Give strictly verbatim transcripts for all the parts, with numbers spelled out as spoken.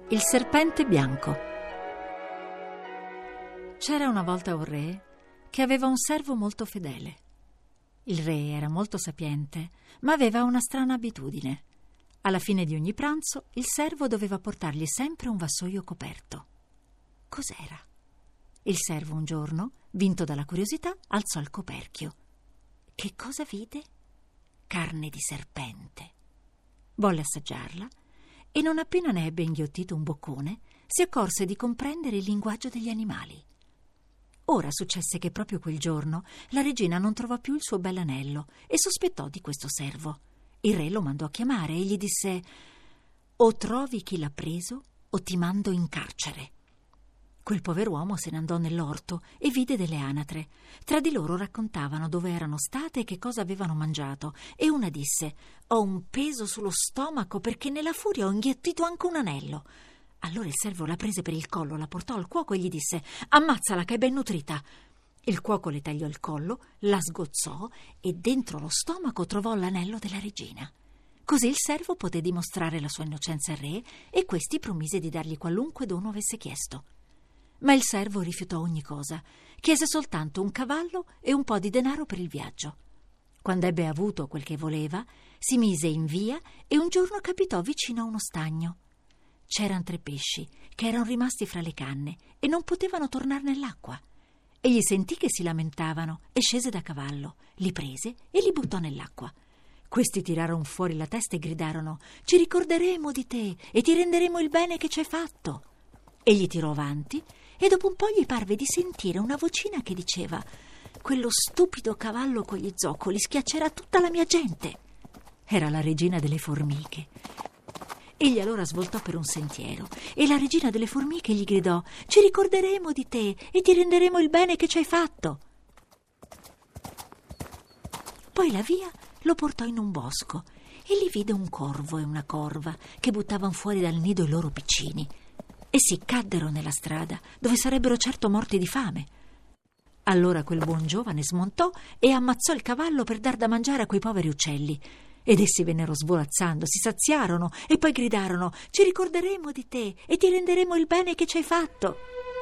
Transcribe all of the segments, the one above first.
Il serpente bianco. C'era una volta un re che aveva un servo molto fedele. Il re era molto sapiente, ma aveva una strana abitudine. Alla fine di ogni pranzo il servo doveva portargli sempre un vassoio coperto. Cos'era? Il servo un giorno, vinto dalla curiosità, alzò il coperchio. Che cosa vide? Carne di serpente. Volle assaggiarla e non appena ne ebbe inghiottito un boccone, si accorse di comprendere il linguaggio degli animali. Ora successe che proprio quel giorno la regina non trovò più il suo bell'anello e sospettò di questo servo. Il re lo mandò a chiamare e gli disse: «O trovi chi l'ha preso o ti mando in carcere». Quel pover'uomo se ne andò nell'orto e vide delle anatre. Tra di loro raccontavano dove erano state e che cosa avevano mangiato, e una disse: «Ho un peso sullo stomaco perché nella furia ho inghiottito anche un anello». Allora il servo la prese per il collo, la portò al cuoco e gli disse: «Ammazzala che è ben nutrita». Il cuoco le tagliò il collo, la sgozzò e dentro lo stomaco trovò l'anello della regina. Così il servo poté dimostrare la sua innocenza al re e questi promise di dargli qualunque dono avesse chiesto. Ma il servo rifiutò ogni cosa, chiese soltanto un cavallo e un po' di denaro per il viaggio. Quando ebbe avuto quel che voleva, si mise in via e un giorno capitò vicino a uno stagno. C'erano tre pesci che erano rimasti fra le canne e non potevano tornare nell'acqua. Egli sentì che si lamentavano e scese da cavallo, li prese e li buttò nell'acqua. Questi tirarono fuori la testa e gridarono: «Ci ricorderemo di te e ti renderemo il bene che ci hai fatto». Egli tirò avanti e dopo un po' gli parve di sentire una vocina che diceva: «Quello stupido cavallo con gli zoccoli schiaccerà tutta la mia gente». Era la regina delle formiche. Egli allora svoltò per un sentiero e la regina delle formiche gli gridò: «Ci ricorderemo di te e ti renderemo il bene che ci hai fatto». Poi la via lo portò in un bosco e lì vide un corvo e una corva che buttavano fuori dal nido i loro piccini. Essi caddero nella strada, dove sarebbero certo morti di fame. Allora quel buon giovane smontò e ammazzò il cavallo per dar da mangiare a quei poveri uccelli. Ed essi vennero svolazzando, si saziarono e poi gridarono: «Ci ricorderemo di te e ti renderemo il bene che ci hai fatto».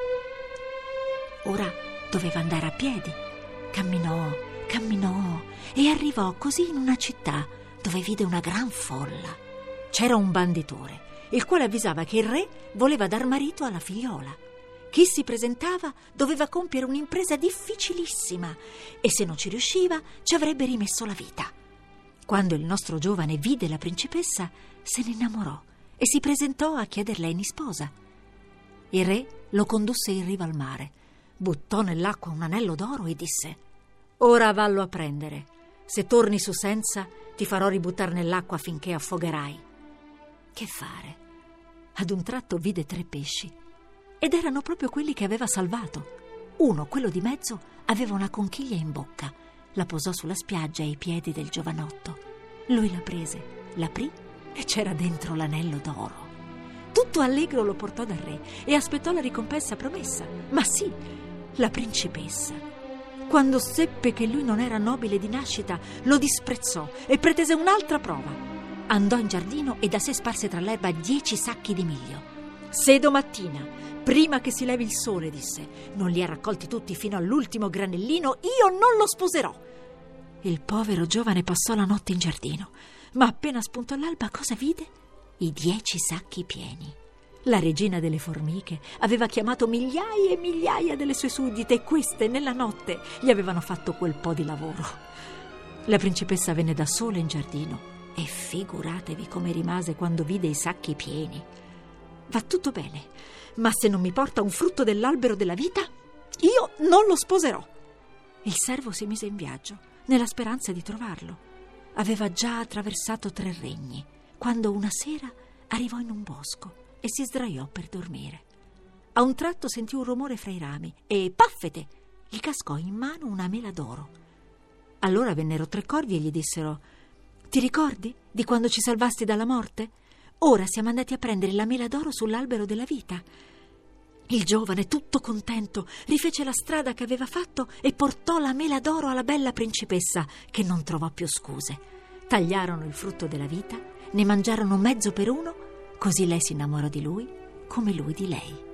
Ora doveva andare a piedi. Camminò, camminò e arrivò così in una città dove vide una gran folla. C'era un banditore, il quale avvisava che il re voleva dar marito alla figliola. Chi si presentava doveva compiere un'impresa difficilissima e se non ci riusciva ci avrebbe rimesso la vita. Quando il nostro giovane vide la principessa, se ne innamorò e si presentò a chiederla in sposa. Il re lo condusse in riva al mare, buttò nell'acqua un anello d'oro e disse: «Ora vallo a prendere. Se torni su senza, ti farò ributtare nell'acqua finché affogherai». Che fare? Ad un tratto vide tre pesci ed erano proprio quelli che aveva salvato. Uno, quello di mezzo, aveva una conchiglia in bocca. La posò sulla spiaggia ai piedi del giovanotto. Lui la prese, l'aprì e c'era dentro l'anello d'oro. Tutto allegro lo portò dal re e aspettò la ricompensa promessa. Ma sì, la principessa, quando seppe che lui non era nobile di nascita, lo disprezzò e pretese un'altra prova. Andò in giardino e da sé sparse tra l'erba dieci sacchi di miglio. «Se domattina, prima che si levi il sole, disse, non li ha raccolti tutti fino all'ultimo granellino, io non lo sposerò». Il povero giovane passò la notte in giardino, ma appena spuntò l'alba cosa vide? I dieci sacchi pieni. La regina delle formiche aveva chiamato migliaia e migliaia delle sue suddite e queste nella notte gli avevano fatto quel po' di lavoro. La principessa venne da sola in giardino e figuratevi come rimase quando vide i sacchi pieni. «Va tutto bene, ma se non mi porta un frutto dell'albero della vita, io non lo sposerò». Il servo si mise in viaggio, nella speranza di trovarlo. Aveva già attraversato tre regni, quando una sera arrivò in un bosco e si sdraiò per dormire. A un tratto sentì un rumore fra i rami e, paffete, gli cascò in mano una mela d'oro. Allora vennero tre corvi e gli dissero: «Ti ricordi di quando ci salvasti dalla morte? Ora siamo andati a prendere la mela d'oro sull'albero della vita». Il giovane, tutto contento, rifece la strada che aveva fatto e portò la mela d'oro alla bella principessa, che non trovò più scuse. Tagliarono il frutto della vita, ne mangiarono mezzo per uno, così lei si innamorò di lui come lui di lei.